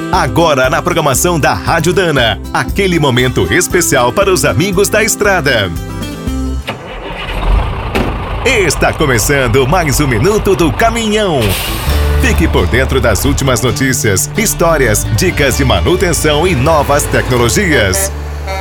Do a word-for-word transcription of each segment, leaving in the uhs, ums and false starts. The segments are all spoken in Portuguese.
Agora na programação da Rádio Dana, aquele momento especial para os amigos da estrada. Está começando mais um Minuto do Caminhão. Fique por dentro das últimas notícias, histórias, dicas de manutenção e novas tecnologias.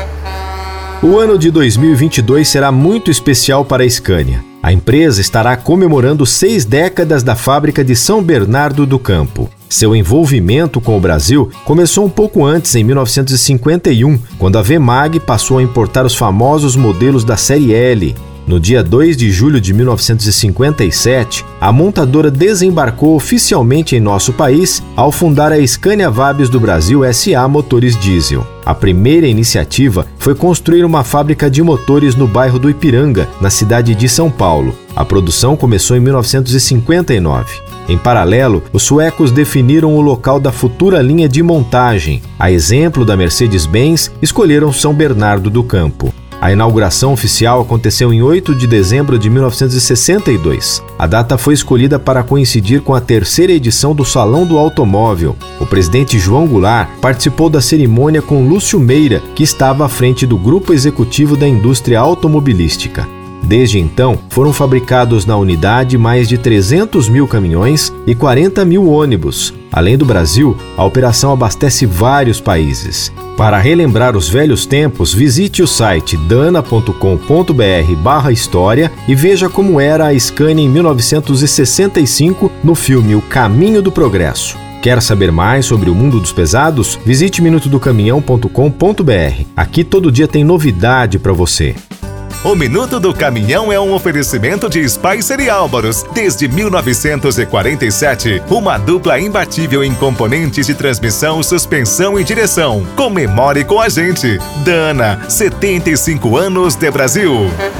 O ano de dois mil e vinte e dois será muito especial para a Scania. A empresa estará comemorando seis décadas da fábrica de São Bernardo do Campo. Seu envolvimento com o Brasil começou um pouco antes, em mil novecentos e cinquenta e um, quando a Vemag passou a importar os famosos modelos da série L. No dia dois de julho de mil novecentos e cinquenta e sete, a montadora desembarcou oficialmente em nosso país ao fundar a Scania Vabis do Brasil S A Motores Diesel. A primeira iniciativa foi construir uma fábrica de motores no bairro do Ipiranga, na cidade de São Paulo. A produção começou em mil novecentos e cinquenta e nove. Em paralelo, os suecos definiram o local da futura linha de montagem. A exemplo da Mercedes-Benz, escolheram São Bernardo do Campo. A inauguração oficial aconteceu em oito de dezembro de mil novecentos e sessenta e dois. A data foi escolhida para coincidir com a terceira edição do Salão do Automóvel. O presidente João Goulart participou da cerimônia com Lúcio Meira, que estava à frente do Grupo Executivo da Indústria Automobilística. Desde então, foram fabricados na unidade mais de trezentos mil caminhões e quarenta mil ônibus. Além do Brasil, a operação abastece vários países. Para relembrar os velhos tempos, visite o site dana ponto com ponto br barra história e veja como era a Scania em mil novecentos e sessenta e cinco no filme O Caminho do Progresso. Quer saber mais sobre o mundo dos pesados? Visite minuto do caminhão ponto com ponto br. Aqui todo dia tem novidade para você. O Minuto do Caminhão é um oferecimento de Spicer e Álvaros. Desde mil novecentos e quarenta e sete, uma dupla imbatível em componentes de transmissão, suspensão e direção. Comemore com a gente. Dana, setenta e cinco anos de Brasil.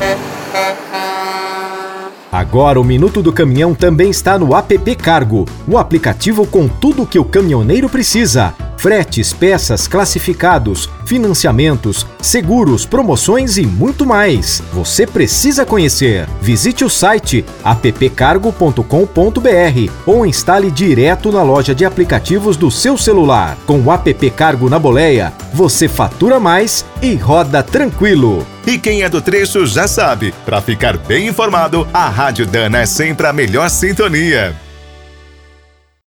Agora o Minuto do Caminhão também está no A P P Cargo, o aplicativo com tudo o que o caminhoneiro precisa. Fretes, peças, classificados, financiamentos, seguros, promoções e muito mais. Você precisa conhecer. Visite o site app cargo ponto com ponto br ou instale direto na loja de aplicativos do seu celular. Com o App Cargo na boleia, você fatura mais e roda tranquilo. E quem é do trecho já sabe, para ficar bem informado, a Rádio Dana é sempre a melhor sintonia.